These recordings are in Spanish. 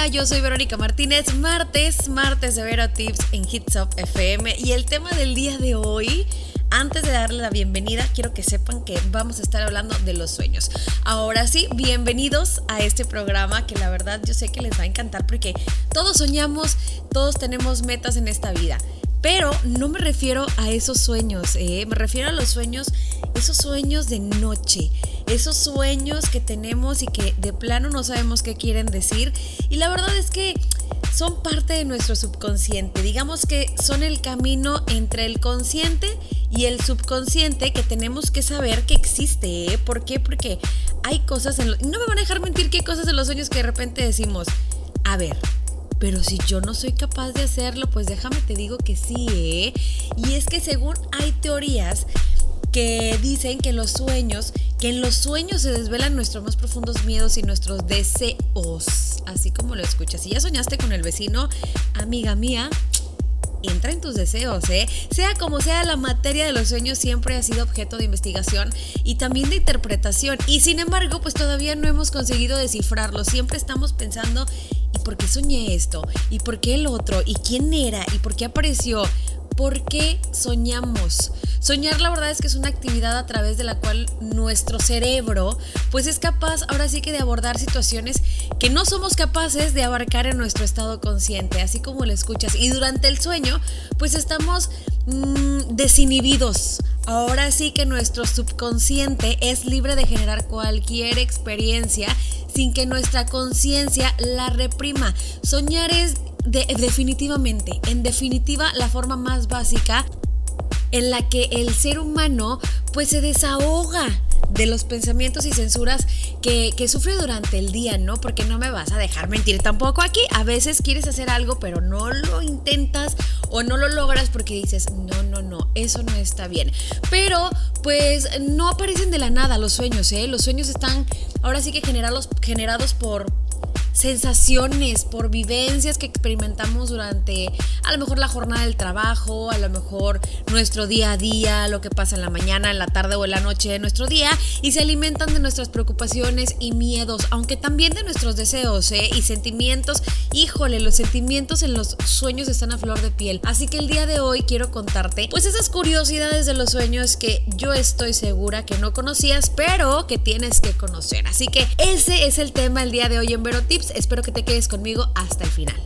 Hola, yo soy Verónica Martínez, martes de Vero Tips en Hits Up FM y el tema del día de hoy, antes de darle la bienvenida, quiero que sepan que vamos a estar hablando de los sueños. Ahora sí, bienvenidos a este programa que la verdad yo sé que les va a encantar porque todos soñamos, todos tenemos metas en esta vida. Pero no me refiero a esos sueños, me refiero a los sueños, esos sueños de noche, esos sueños que tenemos y que de plano no sabemos qué quieren decir. Y la verdad es que son parte de nuestro subconsciente, digamos que son el camino entre el consciente y el subconsciente que tenemos que saber que existe. ¿Por qué? Porque hay cosas, no me van a dejar mentir que hay cosas en los sueños que de repente decimos, a ver, pero si yo no soy capaz de hacerlo, pues déjame te digo que sí, Y es que según hay teorías que dicen que en los sueños se desvelan nuestros más profundos miedos y nuestros deseos, así como lo escuchas. Si ya soñaste con el vecino, amiga mía, entra en tus deseos, Sea como sea, la materia de los sueños siempre ha sido objeto de investigación y también de interpretación. Y sin embargo, pues todavía no hemos conseguido descifrarlo. Siempre estamos pensando, ¿y por qué soñé esto? ¿Y por qué el otro? ¿Y quién era? ¿Y por qué apareció? ¿Por qué soñamos? Soñar, la verdad es que es una actividad a través de la cual nuestro cerebro pues es capaz ahora sí que de abordar situaciones que no somos capaces de abarcar en nuestro estado consciente, así como lo escuchas. Y durante el sueño pues estamos desinhibidos. Ahora sí que nuestro subconsciente es libre de generar cualquier experiencia sin que nuestra conciencia la reprima. Soñar es en definitiva, la forma más básica en la que el ser humano pues se desahoga de los pensamientos y censuras que sufre durante el día, ¿no? Porque no me vas a dejar mentir tampoco aquí. A veces quieres hacer algo, pero no lo intentas o no lo logras porque dices, no, eso no está bien. Pero pues no aparecen de la nada los sueños, Los sueños están ahora sí que generados por sensaciones, por vivencias que experimentamos durante a lo mejor la jornada del trabajo, a lo mejor nuestro día a día, lo que pasa en la mañana, en la tarde o en la noche de nuestro día, y se alimentan de nuestras preocupaciones y miedos, aunque también de nuestros deseos, y sentimientos. Híjole, los sentimientos en los sueños están a flor de piel. Así que el día de hoy quiero contarte pues esas curiosidades de los sueños que yo estoy segura que no conocías, pero que tienes que conocer. Así que ese es el tema el día de hoy en Vero Tips. Espero que te quedes conmigo hasta el final.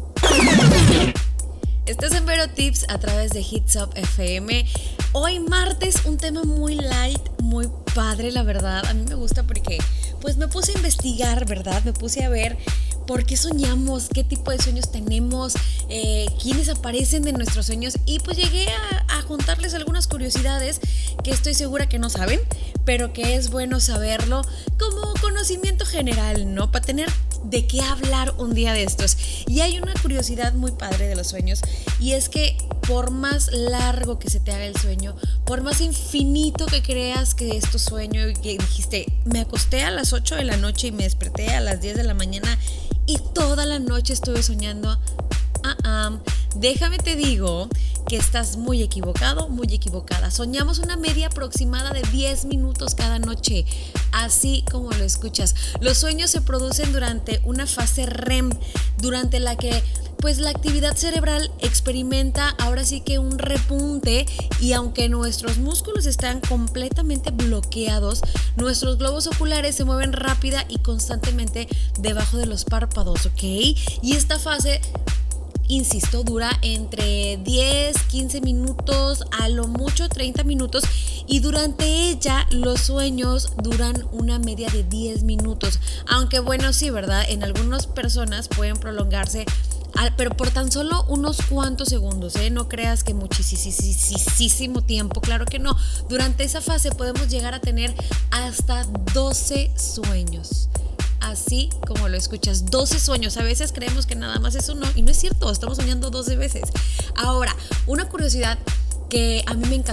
Estás en Vero Tips a través de Hits Up FM. Hoy martes, un tema muy light, muy padre, la verdad. A mí me gusta porque pues me puse a investigar, ¿verdad? Me puse a ver por qué soñamos, qué tipo de sueños tenemos, quiénes aparecen de nuestros sueños, y pues llegué a juntarles algunas curiosidades que estoy segura que no saben, pero que es bueno saberlo como conocimiento general, ¿no? Para tener de qué hablar un día de estos. Y hay una curiosidad muy padre de los sueños, y es que por más largo que se te haga el sueño, por más infinito que creas que es tu sueño y que dijiste, me acosté a las 8 de la noche y me desperté a las 10 de la mañana y toda la noche estuve soñando, déjame te digo que estás muy equivocado, muy equivocada. Soñamos una media aproximada de 10 minutos cada noche, así como lo escuchas. Los sueños se producen durante una fase REM, durante la que pues la actividad cerebral experimenta ahora sí que un repunte, y aunque nuestros músculos están completamente bloqueados, nuestros globos oculares se mueven rápida y constantemente debajo de los párpados, ¿ok? Y esta fase, insisto, dura entre 10, 15 minutos, a lo mucho 30 minutos, y durante ella los sueños duran una media de 10 minutos. Aunque bueno, sí, ¿verdad? En algunas personas pueden prolongarse, pero por tan solo unos cuantos segundos, No creas que muchísimo tiempo, claro que no. Durante esa fase podemos llegar a tener hasta 12 sueños. Así como lo escuchas, 12 sueños. A veces creemos que nada más es uno y no es cierto, estamos soñando 12 veces. Ahora, una curiosidad que a mí me encantó.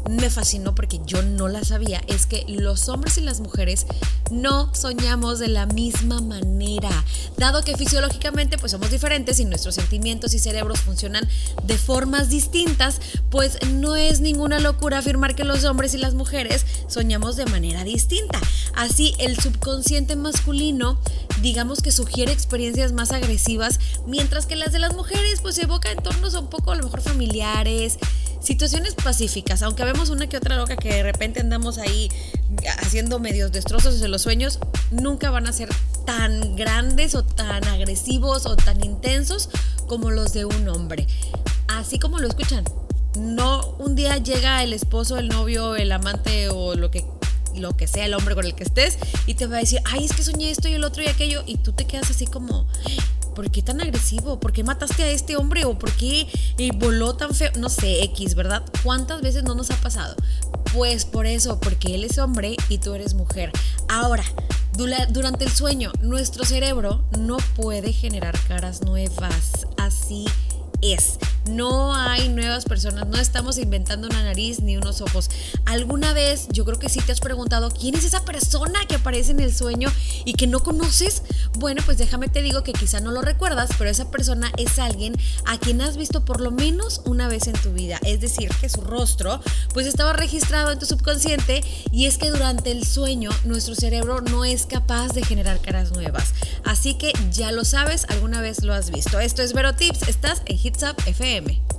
me fascinó porque yo no la sabía, es que los hombres y las mujeres no soñamos de la misma manera, dado que fisiológicamente pues somos diferentes y nuestros sentimientos y cerebros funcionan de formas distintas, pues no es ninguna locura afirmar que los hombres y las mujeres soñamos de manera distinta. Así, el subconsciente masculino, digamos que sugiere experiencias más agresivas, mientras que las de las mujeres pues evoca entornos un poco a lo mejor familiares, situaciones pacíficas, aunque vemos una que otra loca que de repente andamos ahí haciendo medios destrozos de los sueños, nunca van a ser tan grandes o tan agresivos o tan intensos como los de un hombre. Así como lo escuchan, no un día llega el esposo, el novio, el amante o lo que sea el hombre con el que estés y te va a decir, ay, es que soñé esto y el otro y aquello, y tú te quedas así como, ¿por qué tan agresivo? ¿Por qué mataste a este hombre? ¿O por qué voló tan feo? No sé, X, ¿verdad? ¿Cuántas veces no nos ha pasado? Pues por eso, porque él es hombre y tú eres mujer. Ahora, durante el sueño, nuestro cerebro no puede generar caras nuevas. Así es. No hay nuevas personas, no estamos inventando una nariz ni unos ojos. ¿Alguna vez, yo creo que sí te has preguntado, quién es esa persona que aparece en el sueño y que no conoces? Bueno, pues déjame te digo que quizá no lo recuerdas, pero esa persona es alguien a quien has visto por lo menos una vez en tu vida. Es decir, que su rostro pues estaba registrado en tu subconsciente, y es que durante el sueño nuestro cerebro no es capaz de generar caras nuevas. Así que ya lo sabes, alguna vez lo has visto. Esto es Vero Tips, estás en Hits Up FM.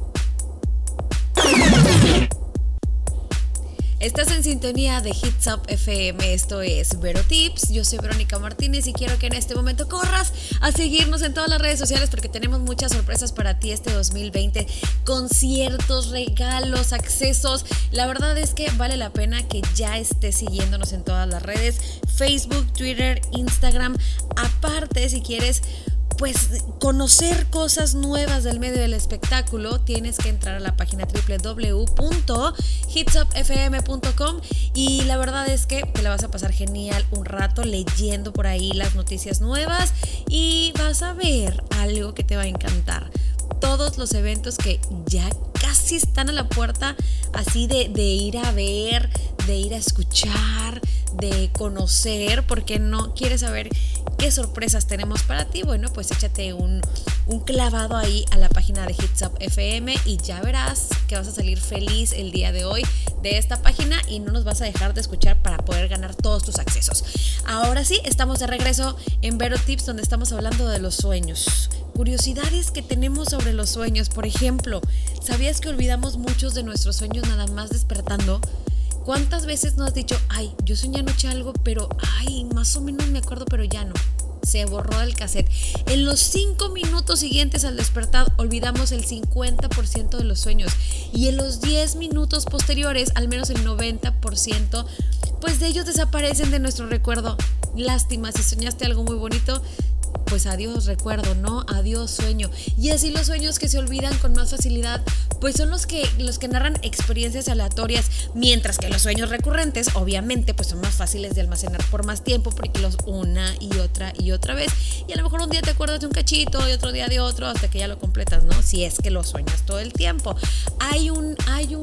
Estás en sintonía de Hits Up FM, esto es Vero Tips, yo soy Verónica Martínez y quiero que en este momento corras a seguirnos en todas las redes sociales porque tenemos muchas sorpresas para ti este 2020, conciertos, regalos, accesos. La verdad es que vale la pena que ya estés siguiéndonos en todas las redes, Facebook, Twitter, Instagram. Aparte, si quieres pues conocer cosas nuevas del medio del espectáculo, tienes que entrar a la página www.hitsupfm.com y la verdad es que te la vas a pasar genial un rato leyendo por ahí las noticias nuevas y vas a ver algo que te va a encantar. Todos los eventos que ya casi están a la puerta, así de ir a ver, de ir a escuchar, de conocer, porque no quieres saber qué sorpresas tenemos para ti. Bueno, pues échate un clavado ahí a la página de Hits Up FM y ya verás que vas a salir feliz el día de hoy de esta página y no nos vas a dejar de escuchar para poder ganar todos tus accesos. Ahora sí, estamos de regreso en Vero Tips, donde estamos hablando de los sueños. Curiosidades que tenemos sobre los sueños. Por ejemplo, ¿sabías que olvidamos muchos de nuestros sueños nada más despertando? ¿Cuántas veces nos has dicho, ay, yo soñé anoche algo, pero ay, más o menos me acuerdo, pero ya no? Se borró del cassette. En los 5 minutos siguientes al despertar olvidamos el 50% de los sueños y en los 10 minutos posteriores al menos el 90% pues de ellos desaparecen de nuestro recuerdo. Lástima, si soñaste algo muy bonito, pues adiós recuerdo, ¿no? Adiós sueño. Y así los sueños que se olvidan con más facilidad, pues son los que narran experiencias aleatorias, mientras que los sueños recurrentes, obviamente, pues son más fáciles de almacenar por más tiempo, porque los una y otra vez. Y a lo mejor un día te acuerdas de un cachito y otro día de otro, hasta que ya lo completas, ¿no? Si es que lo sueñas todo el tiempo. Hay un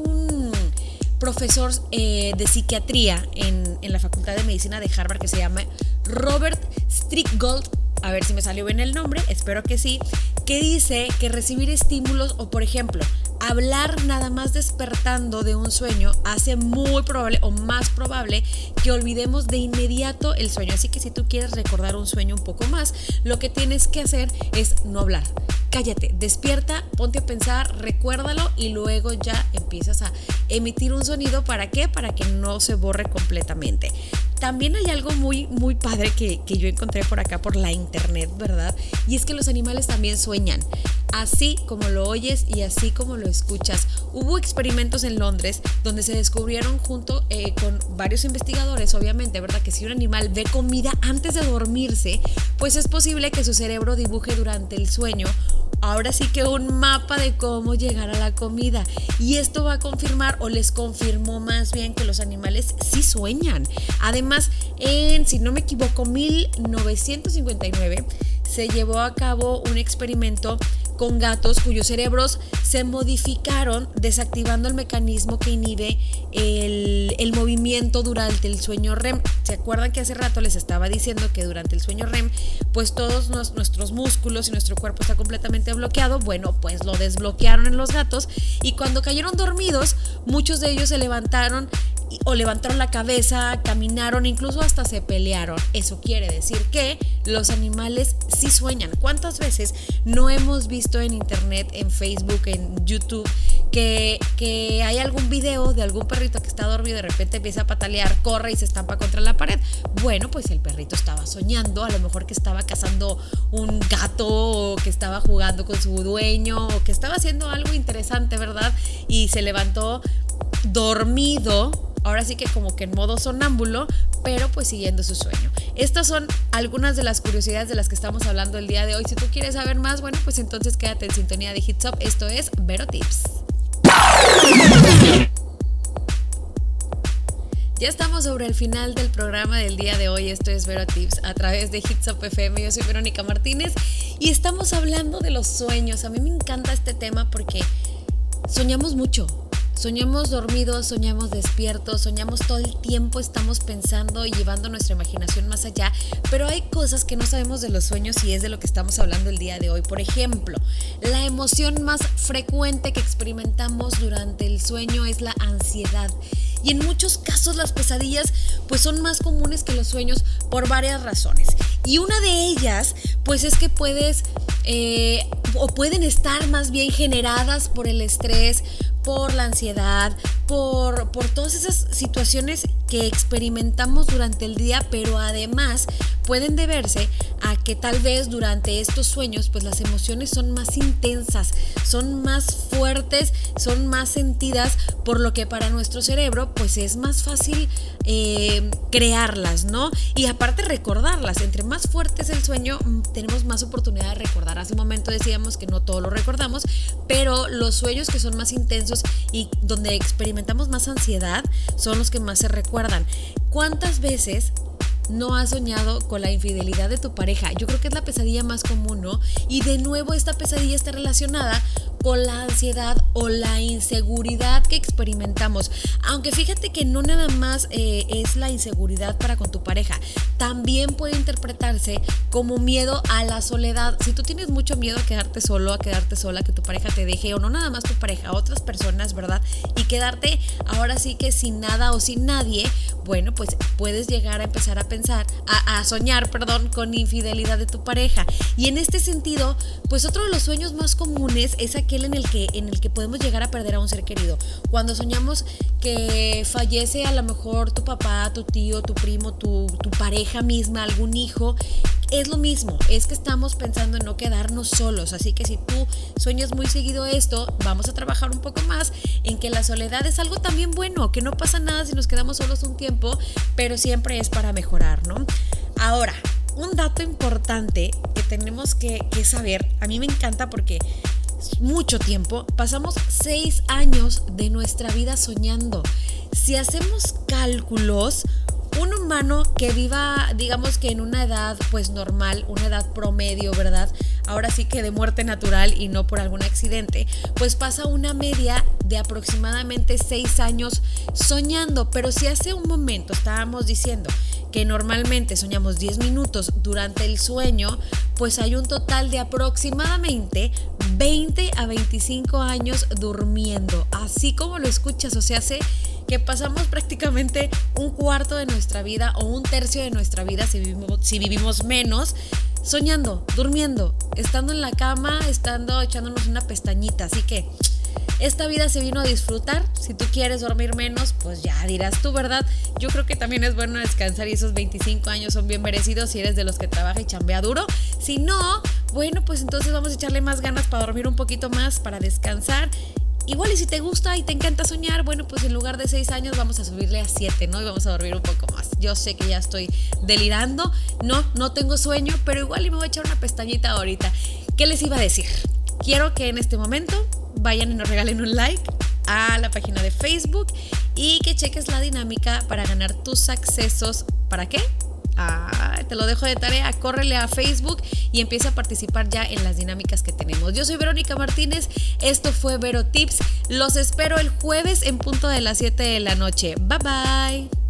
profesor de psiquiatría en la Facultad de Medicina de Harvard que se llama Robert Strickgold, a ver si me salió bien el nombre, espero que sí, que dice que recibir estímulos o, por ejemplo, hablar nada más despertando de un sueño hace muy probable o más probable que olvidemos de inmediato el sueño. Así que si tú quieres recordar un sueño un poco más, lo que tienes que hacer es no hablar. Cállate, despierta, ponte a pensar, recuérdalo y luego ya empiezas a emitir un sonido. ¿Para qué? Para que no se borre completamente. También hay algo muy, muy padre que yo encontré por acá, por la internet, ¿verdad? Y es que los animales también sueñan, así como lo oyes y así como lo escuchas. Hubo experimentos en Londres donde se descubrieron junto con varios investigadores, obviamente, ¿verdad? Que si un animal ve comida antes de dormirse, pues es posible que su cerebro dibuje durante el sueño, ahora sí que un mapa de cómo llegar a la comida. Y esto va a confirmar, o les confirmó más bien, que los animales sí sueñan. Además, si no me equivoco, 1959 se llevó a cabo un experimento con gatos cuyos cerebros se modificaron desactivando el mecanismo que inhibe el movimiento durante el sueño REM. ¿Se acuerdan que hace rato les estaba diciendo que durante el sueño REM pues todos nuestros músculos y nuestro cuerpo está completamente bloqueado? Bueno, pues lo desbloquearon en los gatos y cuando cayeron dormidos muchos de ellos se levantaron o levantaron la cabeza, caminaron, incluso hasta se pelearon. Eso quiere decir que los animales sí sueñan. ¿Cuántas veces no hemos visto en internet, en Facebook, en YouTube, que hay algún video de algún perrito que está dormido y de repente empieza a patalear, corre y se estampa contra la pared? Bueno, pues el perrito estaba soñando, a lo mejor que estaba cazando un gato o que estaba jugando con su dueño o que estaba haciendo algo interesante, ¿verdad? Y se levantó dormido, ahora sí que como que en modo sonámbulo, pero pues siguiendo su sueño. Estas son algunas de las curiosidades de las que estamos hablando el día de hoy. Si tú quieres saber más, bueno, pues entonces quédate en sintonía de Hits Up. Esto es Vero Tips. Ya estamos sobre el final del programa del día de hoy. Esto es Vero Tips a través de Hits Up FM. Yo soy Verónica Martínez y estamos hablando de los sueños. A mí me encanta este tema porque soñamos mucho. Soñamos dormidos, soñamos despiertos, soñamos todo el tiempo, estamos pensando y llevando nuestra imaginación más allá, pero hay cosas que no sabemos de los sueños y es de lo que estamos hablando el día de hoy. Por ejemplo, la emoción más frecuente que experimentamos durante el sueño es la ansiedad. Y en muchos casos las pesadillas pues son más comunes que los sueños por varias razones. Y una de ellas pues es que pueden estar más bien generadas por el estrés, por la ansiedad, por todas esas situaciones que experimentamos durante el día, pero además pueden deberse a que tal vez durante estos sueños pues las emociones son más intensas, son más fuertes, son más sentidas, por lo que para nuestro cerebro pues es más fácil crearlas, ¿no? Y aparte recordarlas. Entre más fuerte es el sueño, tenemos más oportunidad de recordar. Hace un momento decíamos que no todo lo recordamos, pero los sueños que son más intensos y donde experimentamos más ansiedad son los que más se recuerdan. ¿Cuántas veces no has soñado con la infidelidad de tu pareja? Yo creo que es la pesadilla más común, ¿no? Y de nuevo esta pesadilla está relacionada con la ansiedad o la inseguridad que experimentamos. Aunque fíjate que no nada más es la inseguridad para con tu pareja, también puede interpretarse como miedo a la soledad. Si tú tienes mucho miedo a quedarte solo, a quedarte sola, que tu pareja te deje, o no nada más tu pareja, otras personas, ¿verdad? Y quedarte ahora sí que sin nada o sin nadie, bueno, pues puedes llegar a empezar a pensar, a soñar, con infidelidad de tu pareja. Y en este sentido, pues otro de los sueños más comunes es aquel en el que podemos llegar a perder a un ser querido. Cuando soñamos que fallece a lo mejor tu papá, tu tío, tu primo, tu pareja misma, algún hijo, es lo mismo, es que estamos pensando en no quedarnos solos. Así que si tú sueñas muy seguido esto, vamos a trabajar un poco más en que la soledad es algo también bueno, que no pasa nada si nos quedamos solos un tiempo, pero siempre es para mejorar, ¿no? Ahora, un dato importante que tenemos que saber, a mí me encanta porque mucho tiempo, pasamos 6 años de nuestra vida soñando. Si hacemos cálculos, un humano que viva, digamos que en una edad pues normal, una edad promedio, ¿verdad? Ahora sí que de muerte natural y no por algún accidente, pues pasa una media de aproximadamente 6 años soñando. Pero si hace un momento estábamos diciendo que normalmente soñamos 10 minutos durante el sueño, pues hay un total de aproximadamente 20 a 25 años durmiendo. Así como lo escuchas, o sea, hace que pasamos prácticamente un cuarto de nuestra vida o un tercio de nuestra vida, si vivimos menos, soñando, durmiendo, estando en la cama, echándonos una pestañita. Así que esta vida se vino a disfrutar. Si tú quieres dormir menos, pues ya dirás tú, ¿verdad? Yo creo que también es bueno descansar y esos 25 años son bien merecidos si eres de los que trabaja y chambea duro. Si no, bueno, pues entonces vamos a echarle más ganas para dormir un poquito más, para descansar. Igual y si te gusta y te encanta soñar, bueno, pues en lugar de 6 años vamos a subirle a 7, ¿no? Y vamos a dormir un poco más. Yo sé que ya estoy delirando, no tengo sueño, pero igual y me voy a echar una pestañita ahorita. ¿Qué les iba a decir? Quiero que en este momento vayan y nos regalen un like a la página de Facebook y que cheques la dinámica para ganar tus accesos. ¿Para qué? Te lo dejo de tarea, córrele a Facebook y empieza a participar ya en las dinámicas que tenemos. Yo soy Verónica Martínez, esto fue Vero Tips. Los espero el jueves en punto de las 7 de la noche. Bye bye.